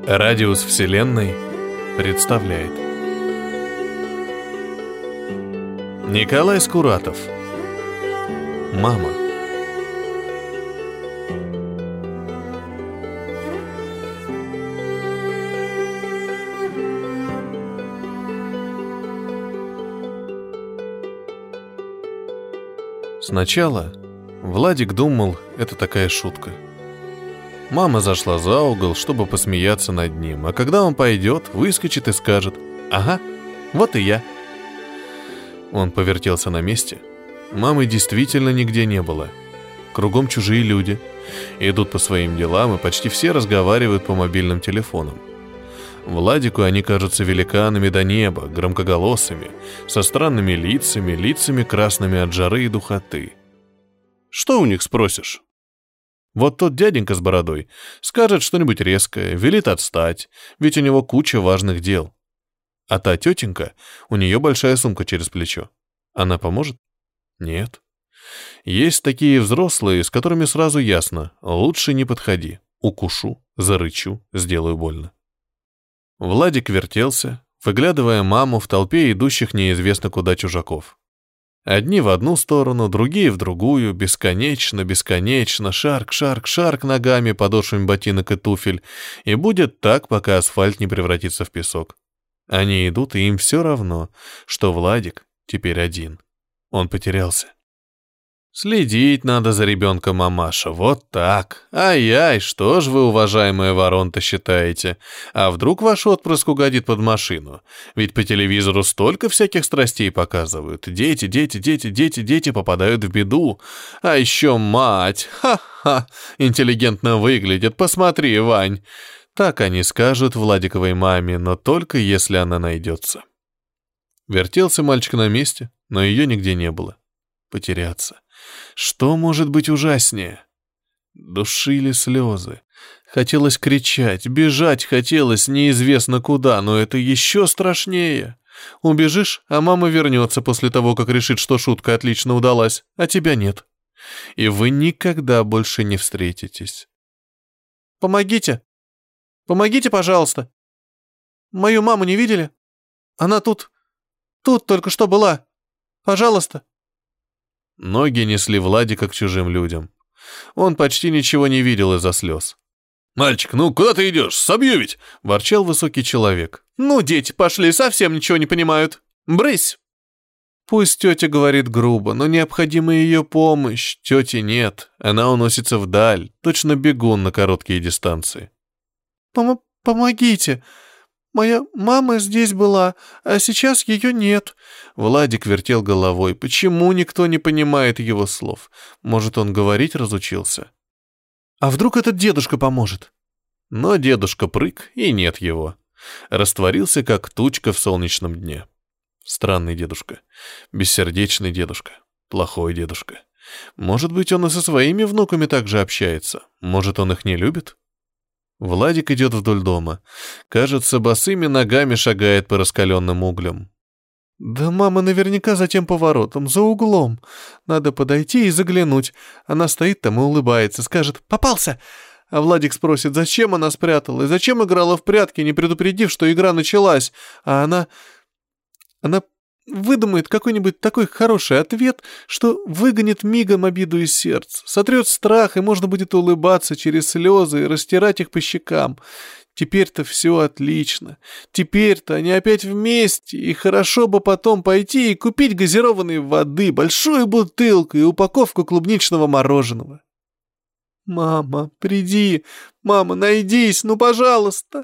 Радиус Вселенной представляет Николай Скуратов. Мама. Сначала Владик думал, это такая шутка. Мама зашла за угол, чтобы посмеяться над ним, а когда он пойдет, выскочит и скажет: «Ага, вот и я». Он повертелся на месте. Мамы действительно нигде не было. Кругом чужие люди. Идут по своим делам, и почти все разговаривают по мобильным телефонам. Владику они кажутся великанами до неба, громкоголосыми, со странными лицами красными от жары и духоты. Что у них спросишь? Вот тот дяденька с бородой скажет что-нибудь резкое, велит отстать, ведь у него куча важных дел. А та тетенька, у нее большая сумка через плечо. Она поможет? Нет. Есть такие взрослые, с которыми сразу ясно: лучше не подходи, укушу, зарычу, сделаю больно. Владик вертелся, выглядывая маму в толпе идущих неизвестно куда чужаков. Одни в одну сторону, другие в другую, бесконечно, шарк ногами, подошвами ботинок и туфель, и будет так, пока асфальт не превратится в песок. Они идут, и им все равно, что Владик теперь один. Он потерялся. Следить надо за ребенком, мамаша, вот так. Ай-яй, что ж вы, уважаемая ворон-то, считаете? А вдруг ваш отпрыск угодит под машину? Ведь по телевизору столько всяких страстей показывают. Дети попадают в беду. А еще мать, ха-ха, интеллигентно выглядит, посмотри, Вань. Так они скажут Владиковой маме, но только если она найдется. Вертелся мальчик на месте, но ее нигде не было. Потеряться. Что может быть ужаснее? Душили слезы. Хотелось кричать, бежать хотелось неизвестно куда, но это еще страшнее. Убежишь, а мама вернется после того, как решит, что шутка отлично удалась, а тебя нет. И вы никогда больше не встретитесь. «Помогите! Помогите, пожалуйста! Мою маму не видели? Она тут только что была. Пожалуйста!» Ноги несли Владика к чужим людям. Он почти ничего не видел из-за слез. «Мальчик, ну куда ты идешь? Собью ведь!» — ворчал высокий человек. «Ну, дети пошли, совсем ничего не понимают. Брысь!» Пусть тетя говорит грубо, но необходима ее помощь. Тети нет, она уносится вдаль, точно бегун на короткие дистанции. «Помогите! Моя мама здесь была, а сейчас ее нет». Владик вертел головой. Почему никто не понимает его слов? Может, он говорить разучился? А вдруг этот дедушка поможет? Но дедушка прыг, и нет его. Растворился, как тучка в солнечном дне. Странный дедушка. Бессердечный дедушка. Плохой дедушка. Может быть, он и со своими внуками так же общается? Может, он их не любит? Владик идет вдоль дома. Кажется, босыми ногами шагает по раскаленным углям. Да мама наверняка за тем поворотом, за углом. Надо подойти и заглянуть. Она стоит там и улыбается, скажет: «Попался!» А Владик спросит, зачем она спряталась, зачем играла в прятки, не предупредив, что игра началась. А она выдумает какой-нибудь такой хороший ответ, что выгонит мигом обиду из сердца, сотрет страх, и можно будет улыбаться через слезы и растирать их по щекам. Теперь-то все отлично. Теперь-то они опять вместе, и хорошо бы потом пойти и купить газированной воды, большую бутылку и упаковку клубничного мороженого. «Мама, приди! Мама, найдись! Ну, пожалуйста!»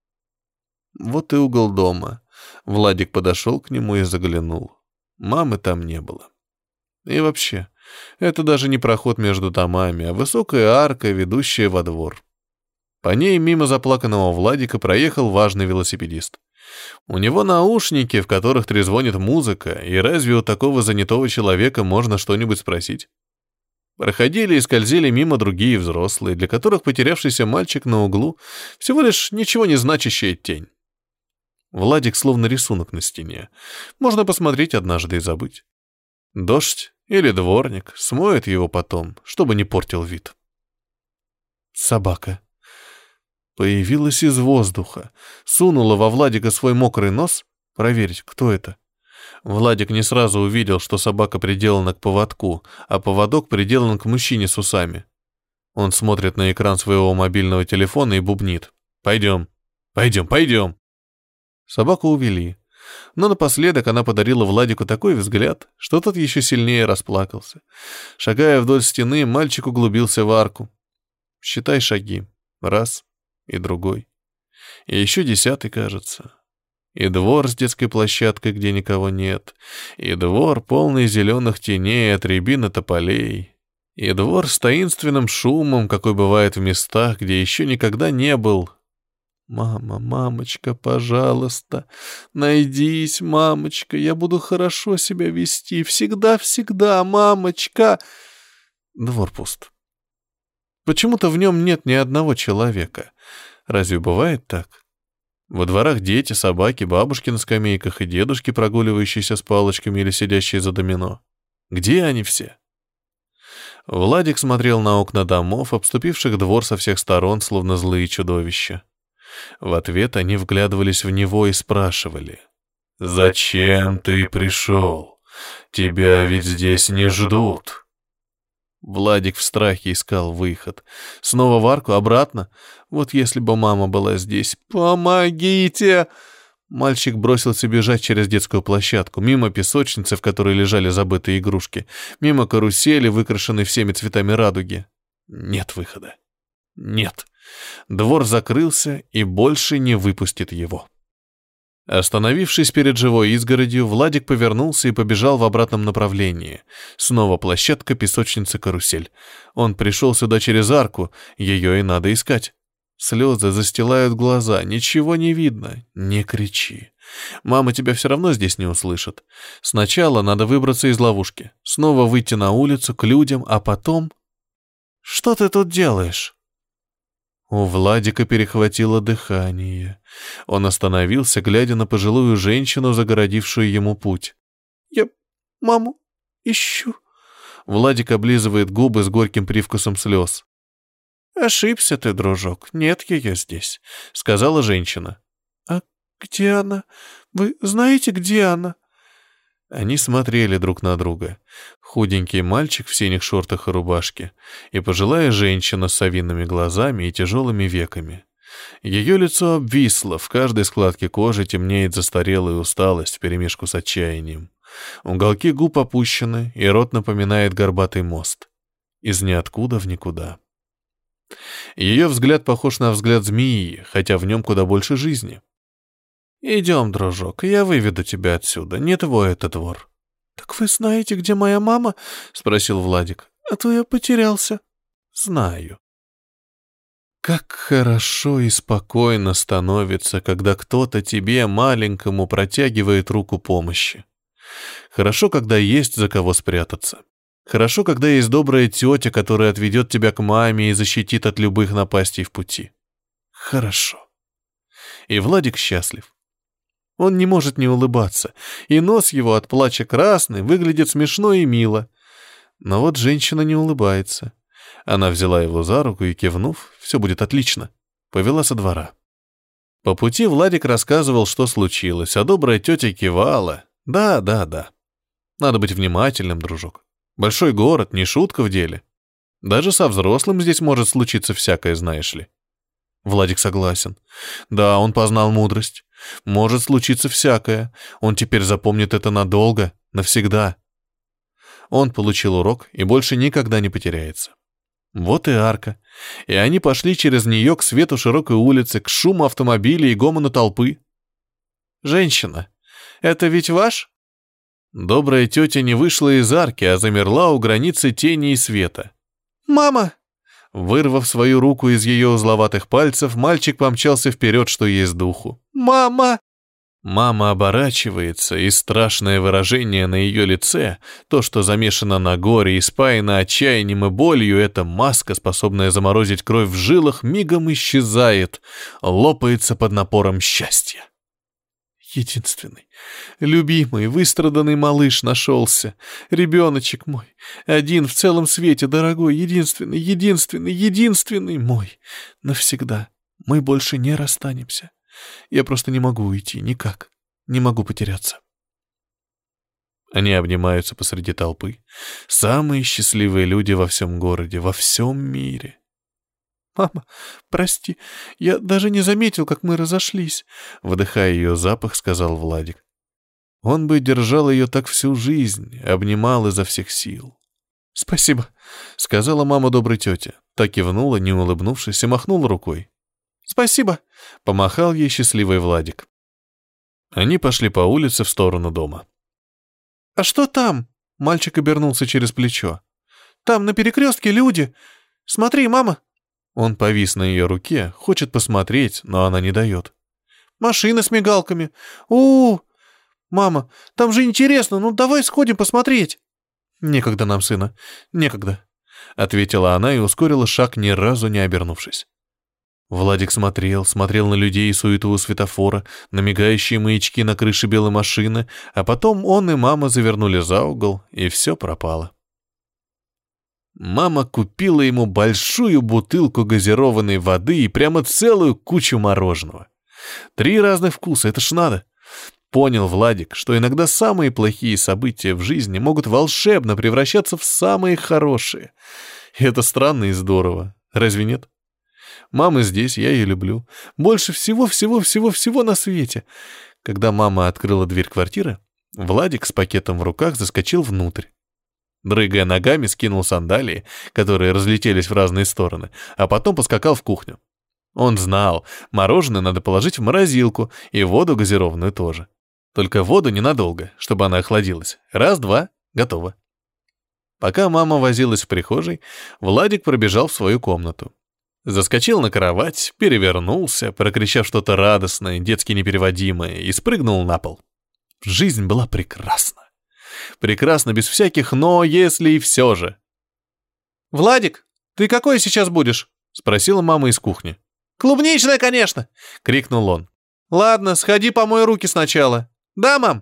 Вот и угол дома. Владик подошел к нему и заглянул. Мамы там не было. И вообще, это даже не проход между домами, а высокая арка, ведущая во двор. По ней мимо заплаканного Владика проехал важный велосипедист. У него наушники, в которых трезвонит музыка, и разве у такого занятого человека можно что-нибудь спросить? Проходили и скользили мимо другие взрослые, для которых потерявшийся мальчик на углу всего лишь ничего не значащая тень. Владик словно рисунок на стене. Можно посмотреть однажды и забыть. Дождь или дворник смоет его потом, чтобы не портил вид. Собака. Появилась из воздуха, сунула во Владика свой мокрый нос, проверить, кто это. Владик не сразу увидел, что собака приделана к поводку, а поводок приделан к мужчине с усами. Он смотрит на экран своего мобильного телефона и бубнит. «Пойдем, пойдем, пойдем». Собаку увели. Но напоследок она подарила Владику такой взгляд, что тот еще сильнее расплакался. Шагая вдоль стены, мальчик углубился в арку. Считай шаги. Раз и другой. И еще 10-й, кажется. И двор с детской площадкой, где никого нет. И двор, полный зеленых теней от рябин и тополей. И двор с таинственным шумом, какой бывает в местах, где еще никогда не был. «Мама, мамочка, пожалуйста, найдись, мамочка, я буду хорошо себя вести, всегда-всегда, мамочка!» Двор пуст. Почему-то в нем нет ни одного человека. Разве бывает так? Во дворах дети, собаки, бабушки на скамейках и дедушки, прогуливающиеся с палочками или сидящие за домино. Где они все? Владик смотрел на окна домов, обступивших двор со всех сторон, словно злые чудовища. В ответ они вглядывались в него и спрашивали. «Зачем ты пришел? Тебя ведь здесь не ждут». Владик в страхе искал выход. Снова в арку, обратно. Вот если бы мама была здесь. «Помогите!» Мальчик бросился бежать через детскую площадку, мимо песочницы, в которой лежали забытые игрушки, мимо карусели, выкрашенной всеми цветами радуги. Нет выхода. Нет. Двор закрылся и больше не выпустит его. Остановившись перед живой изгородью, Владик повернулся и побежал в обратном направлении. Снова площадка, песочница, карусель. Он пришел сюда через арку, ее и надо искать. Слезы застилают глаза, ничего не видно. Не кричи. Мама тебя все равно здесь не услышит. Сначала надо выбраться из ловушки, снова выйти на улицу, к людям, а потом... «Что ты тут делаешь?» У Владика перехватило дыхание. Он остановился, глядя на пожилую женщину, загородившую ему путь. «Я маму ищу». Владик облизывает губы с горьким привкусом слез. «Ошибся ты, дружок, нет ее здесь», — сказала женщина. «А где она? Вы знаете, где она?» Они смотрели друг на друга. Худенький мальчик в синих шортах и рубашке, и пожилая женщина с совиными глазами и тяжелыми веками. Ее лицо обвисло, в каждой складке кожи темнеет застарелая усталость вперемешку с отчаянием. Уголки губ опущены, и рот напоминает горбатый мост. Из ниоткуда в никуда. Ее взгляд похож на взгляд змеи, хотя в нем куда больше жизни. «Идем, дружок, я выведу тебя отсюда, не твой это двор». «Так вы знаете, где моя мама?» — спросил Владик. «А то я потерялся». «Знаю». Как хорошо и спокойно становится, когда кто-то тебе, маленькому, протягивает руку помощи. Хорошо, когда есть за кого спрятаться. Хорошо, когда есть добрая тетя, которая отведет тебя к маме и защитит от любых напастей в пути. Хорошо. И Владик счастлив. Он не может не улыбаться, и нос его от плача красный, выглядит смешно и мило. Но вот женщина не улыбается. Она взяла его за руку и, кивнув, все будет отлично, повела со двора. По пути Владик рассказывал, что случилось, а добрая тетя кивала. Да. Надо быть внимательным, дружок. Большой город, не шутка в деле. Даже со взрослым здесь может случиться всякое, знаешь ли. Владик согласен. Да, он познал мудрость. Может случиться всякое. Он теперь запомнит это надолго, навсегда. Он получил урок и больше никогда не потеряется. Вот и арка. И они пошли через нее к свету широкой улицы, к шуму автомобилей и гомону толпы. «Женщина, это ведь ваш?» Добрая тетя не вышла из арки, а замерла у границы тени и света. «Мама!» Вырвав свою руку из ее узловатых пальцев, мальчик помчался вперед, что есть духу. «Мама!» Мама оборачивается, и страшное выражение на ее лице, то, что замешано на горе и спаяно отчаянием и болью, эта маска, способная заморозить кровь в жилах, мигом исчезает, лопается под напором счастья. Единственный, любимый, выстраданный малыш нашелся. Ребеночек мой, один в целом свете, дорогой, единственный мой, навсегда Мы больше не расстанемся. Я просто не могу уйти, никак. Не могу потеряться. Они обнимаются посреди толпы. Самые счастливые люди во всем городе, во всем мире. «Мама, прости, я даже не заметил, как мы разошлись», — вдыхая ее запах, сказал Владик. Он бы держал ее так всю жизнь, обнимал изо всех сил. «Спасибо», — сказала мама доброй тете. Так кивнула, не улыбнувшись, и махнула рукой. «Спасибо», — помахал ей счастливый Владик. Они пошли по улице в сторону дома. «А что там?» — мальчик обернулся через плечо. «Там на перекрестке люди. Смотри, мама». Он повис на ее руке, хочет посмотреть, но она не дает. «Машина с мигалками. У-у-у! Мама, там же интересно, ну давай сходим посмотреть». «Некогда нам, сына, некогда», — ответила она и ускорила шаг, ни разу не обернувшись. Владик смотрел на людей и суету у светофора, на мигающие маячки на крыше белой машины, а потом он и мама завернули за угол, и все пропало. Мама купила ему большую бутылку газированной воды и прямо целую кучу мороженого. 3 разных вкуса, это ж надо. Понял Владик, что иногда самые плохие события в жизни могут волшебно превращаться в самые хорошие. И это странно и здорово, разве нет? Мама здесь, я ее люблю. Больше всего на свете. Когда мама открыла дверь квартиры, Владик с пакетом в руках заскочил внутрь. Дрыгая ногами, скинул сандалии, которые разлетелись в разные стороны, а потом поскакал в кухню. Он знал, мороженое надо положить в морозилку, и воду газированную тоже. Только воду ненадолго, чтобы она охладилась. Раз, два, готово. Пока мама возилась в прихожей, Владик пробежал в свою комнату. Заскочил на кровать, перевернулся, прокричав что-то радостное, детски непереводимое, и спрыгнул на пол. Жизнь была прекрасна. Прекрасно без всяких «но», «если» и все же. «Владик, ты какой сейчас будешь?» — спросила мама из кухни. «Клубничное, конечно!» — крикнул он. «Ладно, сходи помой руки сначала. Да, мам?»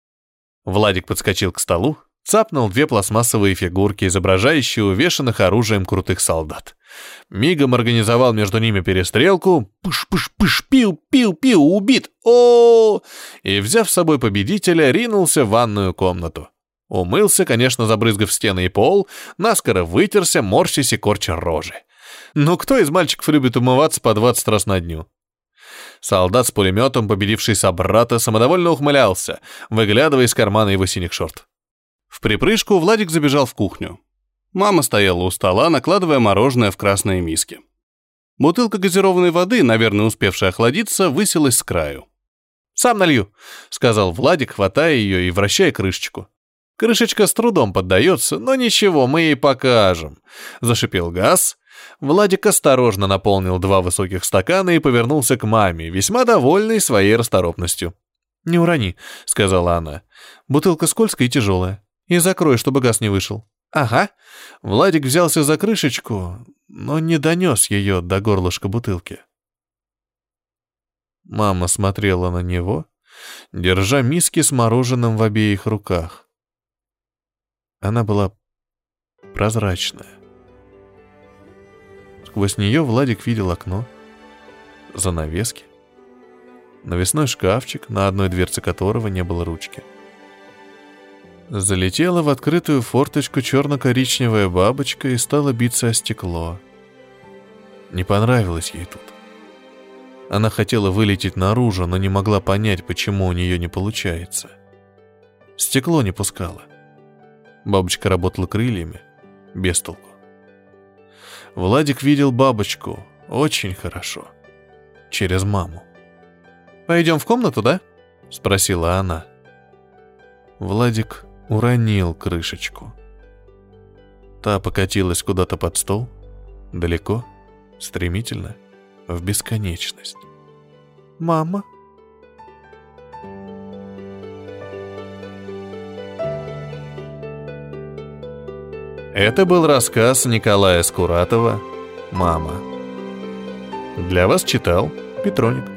Владик подскочил к столу, цапнул 2 пластмассовые фигурки, изображающие увешанных оружием крутых солдат. Мигом организовал между ними перестрелку. Пыш-пыш-пыш, пиу-пиу-пиу, убит! О! И, взяв с собой победителя, ринулся в ванную комнату. Умылся, конечно, забрызгав стены и пол, наскоро вытерся, морщась и корча рожи. Ну кто из мальчиков любит умываться по 20 раз на дню? Солдат с пулеметом, победивший собрата, самодовольно ухмылялся, выглядывая из кармана его синих шорт. В припрыжку Владик забежал в кухню. Мама стояла у стола, накладывая мороженое в красные миски. Бутылка газированной воды, наверное, успевшая охладиться, высилась с краю. «Сам налью», — сказал Владик, хватая ее и вращая крышечку. Крышечка с трудом поддается, но ничего, мы ей покажем. Зашипел газ. Владик осторожно наполнил 2 высоких стакана и повернулся к маме, весьма довольный своей расторопностью. «Не урони», — сказала она. «Бутылка скользкая и тяжелая. И закрой, чтобы газ не вышел». «Ага». Владик взялся за крышечку, но не донес ее до горлышка бутылки. Мама смотрела на него, держа миски с мороженым в обеих руках. Она была прозрачная. Сквозь нее Владик видел окно, занавески, навесной шкафчик, на одной дверце которого не было ручки. Залетела в открытую форточку черно-коричневая бабочка и стала биться о стекло. Не понравилось ей тут. Она хотела вылететь наружу, но не могла понять, почему у нее не получается. Стекло не пускало. Бабочка работала крыльями, без толку. Владик видел бабочку очень хорошо, через маму. «Пойдем в комнату, да?» — спросила она. Владик уронил крышечку. Та покатилась куда-то под стол, далеко, стремительно, в бесконечность. «Мама?» Это был рассказ Николая Скуратова «Мама». Для вас читал Петроник.